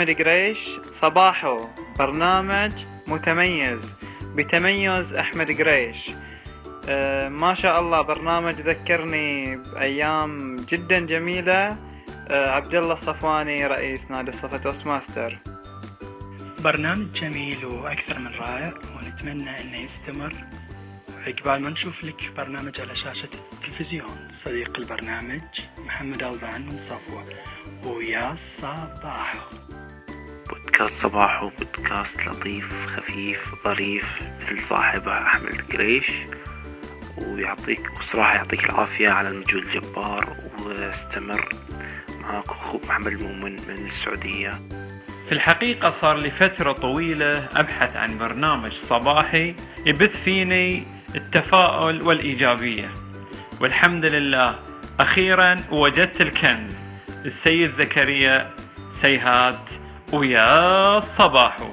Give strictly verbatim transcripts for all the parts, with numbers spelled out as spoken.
أحمد قريش صباحو برنامج متميز بتميز أحمد قريش. أه ما شاء الله برنامج ذكرني بأيام جدا جميلة. أه عبد الله الصفواني رئيس نادي الصفا توست ماستر. برنامج جميل وأكثر من رائع، ونتمنى أنه يستمر عقبال ما نشوف لك برنامج على شاشة التلفزيون. صديق البرنامج محمد ألبان من صفوة، ويا صباحو. بودكاست صباحو بودكاست لطيف خفيف ظريف مثل صاحبه أحمد قريش، ويعطيك وصراحة يعطيك العافية على المجهود الجبار، واستمر معاك أخوك محمد المؤمن من السعودية. في الحقيقة صار لي فترة طويلة أبحث عن برنامج صباحي يبث فيني التفاؤل والإيجابية، والحمد لله أخيرا وجدت الكنز، السيد زكريا سيهات، ويا صباحو.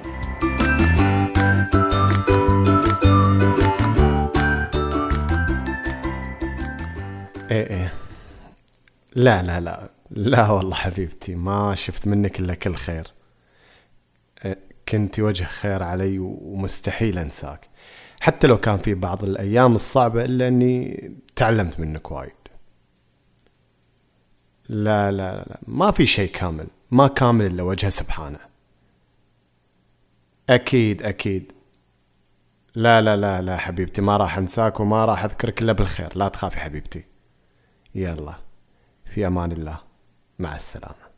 ايه ايه لا لا لا لا والله حبيبتي، ما شفت منك إلا كل خير. كنتي وجه خير علي ومستحيل أنساك، حتى لو كان في بعض الأيام الصعبة، إلا أني تعلمت منك وايد. لا لا لا ما في شيء كامل، ما كامل إلا وجهه سبحانه. أكيد أكيد لا لا لا لا حبيبتي، ما راح أنساك وما راح أذكرك إلا بالخير، لا تخافي حبيبتي. يلا في أمان الله، مع السلامة.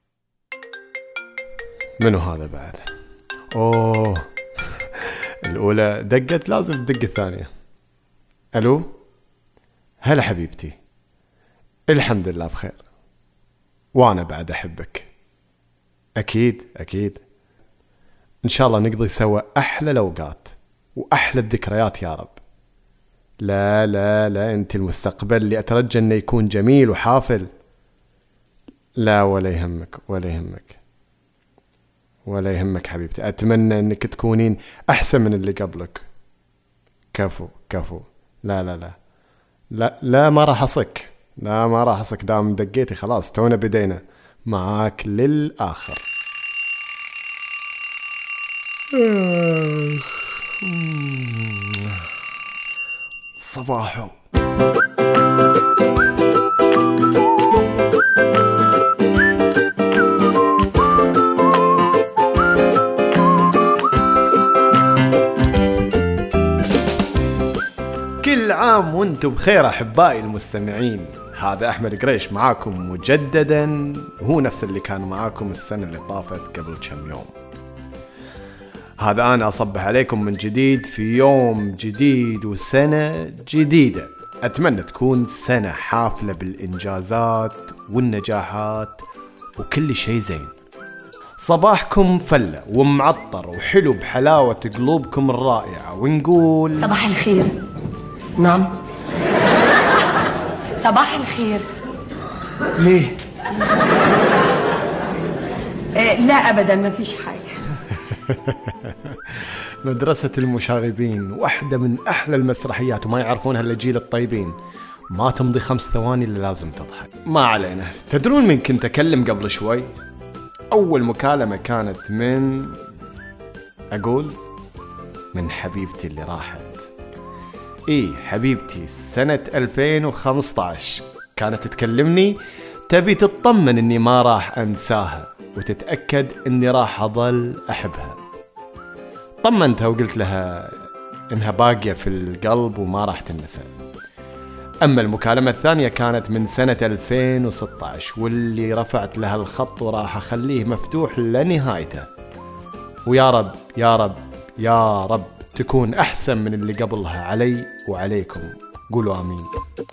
منو هذا بعد؟ أوه الأولى دقت، لازم الدقة الثانية. ألو، هلا حبيبتي، الحمد لله بخير، وأنا بعد أحبك. أكيد أكيد إن شاء الله نقضي سوا أحلى الأوقات وأحلى الذكريات يا رب. لا لا لا أنت المستقبل اللي أترجى أنه يكون جميل وحافل. لا ولا يهمك ولا يهمك ولا يهمك حبيبتي، أتمنى أنك تكونين أحسن من اللي قبلك. كفو كفو لا لا لا لا لا ما راح أصك، لا ما راح أصك، دام دقيتي خلاص، تونا بدينا معاك للآخر. صباحو. كل عام وانتم بخير أحبائي المستمعين، هذا أحمد قريش معاكم مجددا، هو نفس اللي كان معاكم السنة اللي طافت قبل كم يوم. هذا أنا أصبح عليكم من جديد في يوم جديد وسنة جديدة. أتمنى تكون سنة حافلة بالإنجازات والنجاحات وكل شيء زين. صباحكم فلة ومعطر وحلو بحلاوة قلوبكم الرائعة، ونقول صباح الخير. نعم صباح الخير. ليه؟ آه لا أبدا ما فيش حاجة. مدرسة المشاغبين واحدة من أحلى المسرحيات، وما يعرفونها إلا جيل الطيبين. ما تمضي خمس ثواني اللي لازم تضحك. ما علينا. تدرون من كنت أكلم قبل شوي؟ أول مكالمة كانت من أقول من حبيبتي اللي راحت. إيه حبيبتي سنة ألفين وخمسة عشر كانت تكلمني، تبي تطمن إني ما راح أنساها وتتأكد إني راح أظل أحبها. طمنتها وقلت لها إنها باقية في القلب وما راح تنسى. أما المكالمة الثانية كانت من سنة ألفين وستة عشر، واللي رفعت لها الخط وراح أخليه مفتوح لنهايته. ويا رب يا رب يا رب تكون أحسن من اللي قبلها علي وعليكم. قولوا آمين.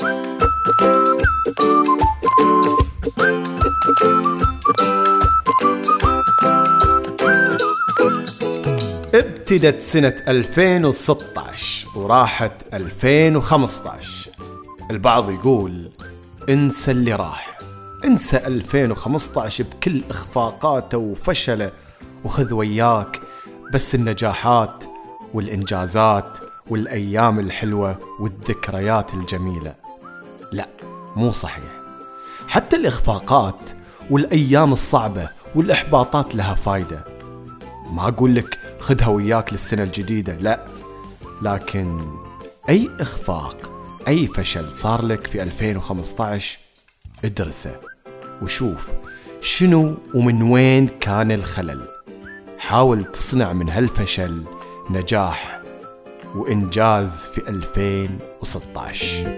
ابتدت سنة ألفين وستة عشر وراحت ألفين وخمسة عشر. البعض يقول انسى اللي راح، انسى ألفين وخمسة عشر بكل اخفاقاته وفشله، وخذ وياك بس النجاحات والإنجازات والأيام الحلوة والذكريات الجميلة. لا مو صحيح، حتى الإخفاقات والأيام الصعبة والإحباطات لها فايدة. ما أقول لك خدها وياك للسنة الجديدة، لا، لكن أي إخفاق، أي فشل صار لك في ألفين وخمسة عشر ادرسه وشوف شنو ومن وين كان الخلل. حاول تصنع من هالفشل نجاح وإنجاز في ألفين وستة عشر.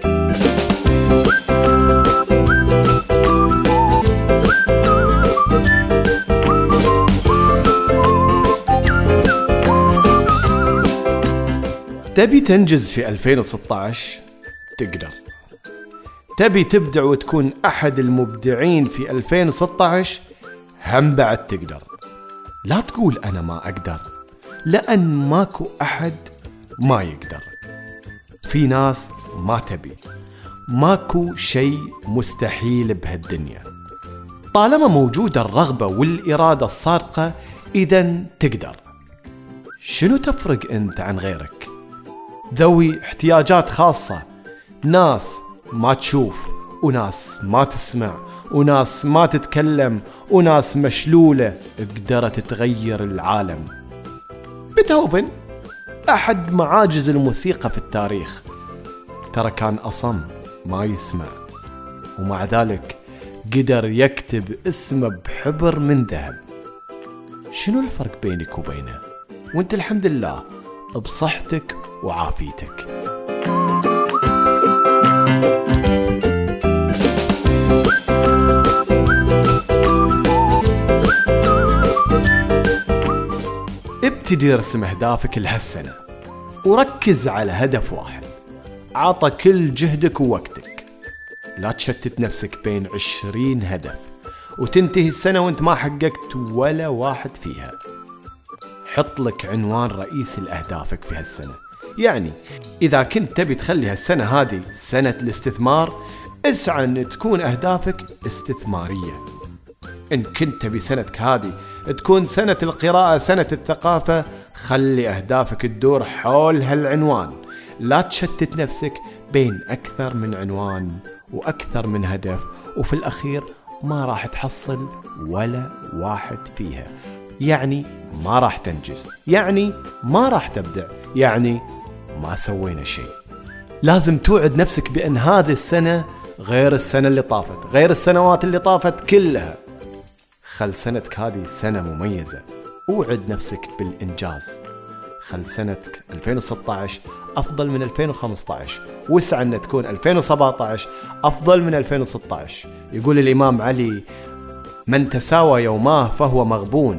تبي تنجز في ألفين وستة عشر؟ تقدر. تبي تبدع وتكون أحد المبدعين في ألفين وستة عشر؟ هم بعد تقدر. لا تقول أنا ما أقدر، لأن ماكو أحد ما يقدر. في ناس ما تبي. ماكو شيء مستحيل بهالدنيا. طالما موجودة الرغبة والإرادة الصادقة إذن تقدر. شنو تفرق أنت عن غيرك؟ ذوي احتياجات خاصة، ناس ما تشوف، وناس ما تسمع، وناس ما تتكلم، وناس مشلولة قدرت تغير العالم. بيتهوفن أحد معاجز الموسيقى في التاريخ، ترى كان أصم ما يسمع، ومع ذلك قدر يكتب اسمه بحبر من ذهب. شنو الفرق بينك وبينه؟ وانت الحمد لله بصحتك وعافيتك. ابتدي ارسم اهدافك لهالسنة وركز على هدف واحد. عطى كل جهدك ووقتك. لا تشتت نفسك بين عشرين هدف وتنتهي السنة وانت ما حققت ولا واحد فيها. حط لك عنوان رئيسي لأهدافك في هالسنة. يعني إذا كنت تبي تخلي هالسنة هذه سنة الاستثمار، اسعى أن تكون أهدافك استثمارية. إن كنت تبي سنتك هذه تكون سنة القراءة، سنة الثقافة، خلي أهدافك تدور حول هالعنوان. لا تشتت نفسك بين أكثر من عنوان وأكثر من هدف، وفي الأخير ما راح تحصل ولا واحد فيها. يعني ما راح تنجز، يعني ما راح تبدع، يعني ما سوينا شيء. لازم توعد نفسك بأن هذه السنة غير السنة اللي طافت، غير السنوات اللي طافت كلها. خل سنتك هذه سنة مميزة. اوعد نفسك بالإنجاز. خل سنتك ألفين وستة عشر أفضل من ألفين وخمسة عشر، واسعى أن تكون ألفين وسبعة عشر أفضل من ألفين وستة عشر. يقول الإمام علي: من تساوى يوماه فهو مغبون.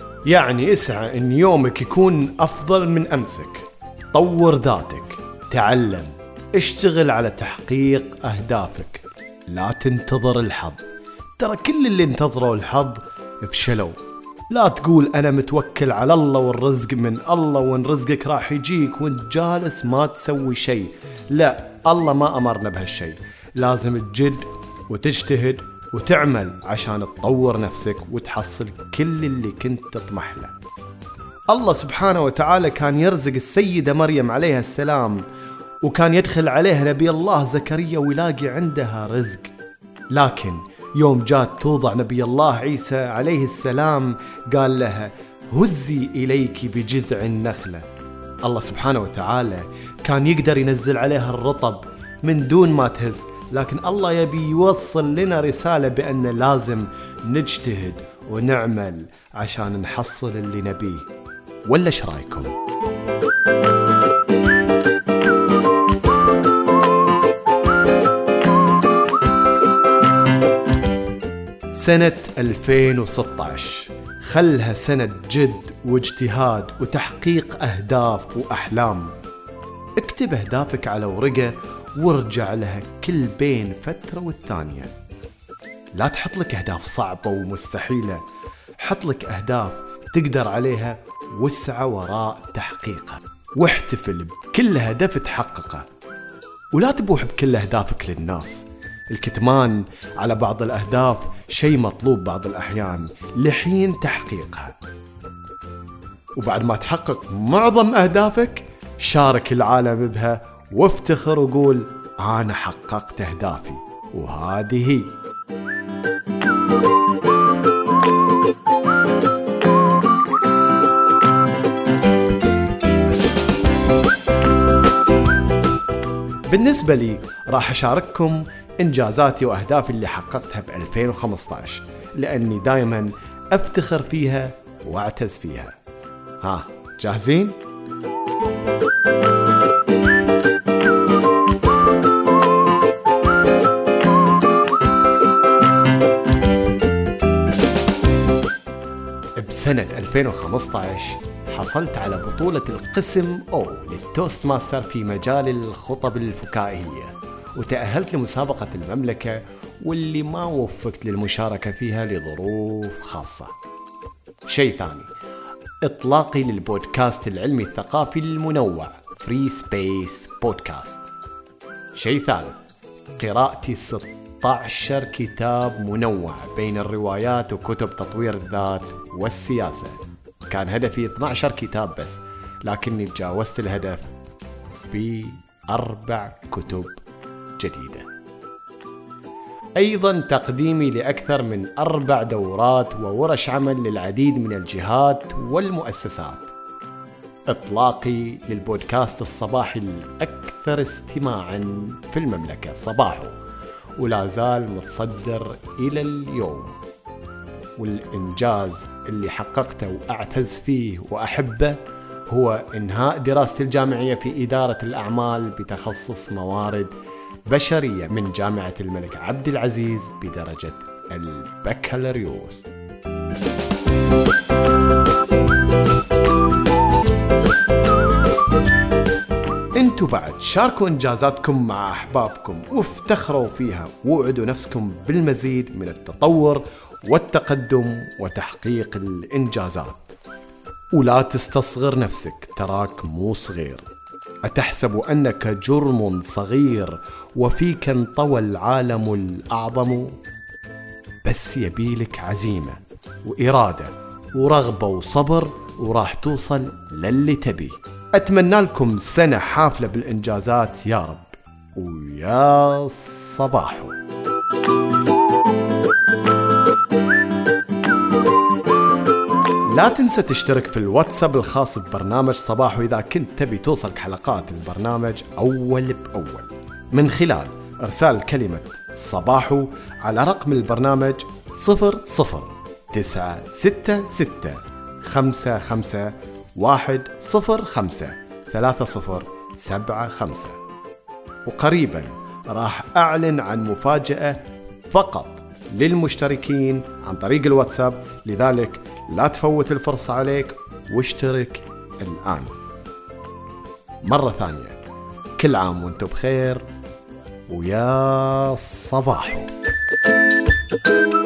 يعني اسعى أن يومك يكون أفضل من أمسك. طور ذاتك، تعلم، اشتغل على تحقيق أهدافك. لا تنتظر الحظ، ترى كل اللي انتظروا الحظ فشلوا. لا تقول أنا متوكل على الله والرزق من الله وان رزقك راح يجيك وانت جالس ما تسوي شيء. لا، الله ما أمرنا بهالشيء. لازم تجد وتجتهد وتعمل عشان تطور نفسك وتحصل كل اللي كنت تطمح له. الله سبحانه وتعالى كان يرزق السيدة مريم عليها السلام، وكان يدخل عليها نبي الله زكريا ويلاقي عندها رزق. لكن يوم جات توضع نبي الله عيسى عليه السلام قال لها: هزي إليك بجذع النخلة. الله سبحانه وتعالى كان يقدر ينزل عليها الرطب من دون ما تهز، لكن الله يبي يوصل لنا رسالة بأن لازم نجتهد ونعمل عشان نحصل اللي نبيه. ولا ايش رايكم؟ سنة ألفين وستة عشر خلها سنة جد واجتهاد وتحقيق أهداف وأحلام. اكتب أهدافك على ورقة وارجع لها كل بين فترة والثانية. لا تحط لك أهداف صعبة ومستحيلة، حط لك أهداف تقدر عليها واسعى وراء تحقيقها، واحتفل بكل هدف تحققه. ولا تبوح بكل أهدافك للناس. الكتمان على بعض الأهداف شيء مطلوب بعض الأحيان لحين تحقيقها. وبعد ما تحقق معظم أهدافك شارك العالم بها وافتخر وقول: أنا حققت أهدافي وهذه هي. بالنسبة لي راح أشارككم إنجازاتي وأهدافي اللي حققتها ب ألفين وخمسة عشر، لأني دائما أفتخر فيها وأعتز فيها. ها جاهزين؟ بسنة ألفين وخمسة عشر حصلت على بطولة القسم أو للتوست ماستر في مجال الخطب الفكاهية، وتأهلت لمسابقة المملكة واللي ما وفقت للمشاركة فيها لظروف خاصة. شيء ثاني، إطلاقي للبودكاست العلمي الثقافي المنوع فري سبيس بودكاست. شيء ثالث، قراءتي ستة عشر كتاب منوع بين الروايات وكتب تطوير الذات والسياسة. كان هدفي اثنا عشر كتاب بس، لكني تجاوزت الهدف بأربع كتب جديدة. أيضا تقديمي لأكثر من أربع دورات وورش عمل للعديد من الجهات والمؤسسات. إطلاقي للبودكاست الصباحي الأكثر استماعا في المملكة صباحو، ولا زال متصدر إلى اليوم. والإنجاز اللي حققته وأعتز فيه وأحبه هو إنهاء دراستي الجامعية في إدارة الأعمال بتخصص موارد بشرية من جامعة الملك عبد العزيز بدرجة البكالوريوس. انتوا بعد شاركوا إنجازاتكم مع أحبابكم وافتخروا فيها، ووعدوا نفسكم بالمزيد من التطور والتقدم وتحقيق الإنجازات. ولا تستصغر نفسك، تراك مو صغير. أتحسب أنك جرم صغير وفيك انطوى العالم الأعظم؟ بس يبيلك عزيمة وإرادة ورغبة وصبر، وراح توصل للي تبيه. أتمنى لكم سنة حافلة بالإنجازات يا رب، ويا صباحو. لا تنسى تشترك في الواتساب الخاص ببرنامج صباحو إذا كنت تبي توصلك حلقات البرنامج أول بأول من خلال إرسال كلمة صباحو على رقم البرنامج صفر صفر تسعة ستة ستة خمسة خمسة واحد صفر خمسة ثلاثة صفر سبعة خمسة. وقريبا راح أعلن عن مفاجأة فقط للمشتركين عن طريق الواتساب، لذلك لا تفوت الفرصة عليك واشترك الآن. مرة ثانية، كل عام وانتم بخير، ويا صباحو.